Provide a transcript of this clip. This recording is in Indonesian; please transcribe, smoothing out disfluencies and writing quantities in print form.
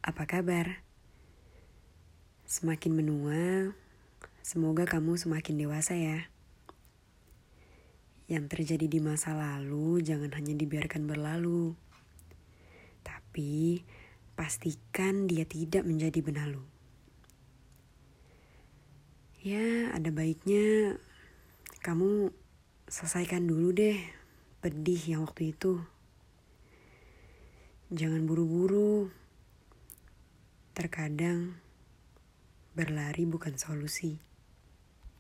Apa kabar? Semakin menua, semoga kamu semakin dewasa ya. Yang terjadi di masa lalu jangan hanya dibiarkan berlalu. Tapi pastikan dia tidak menjadi benalu. Ya, ada baiknya kamu selesaikan dulu deh pedih yang waktu itu. Jangan buru-buru. Terkadang berlari bukan solusi.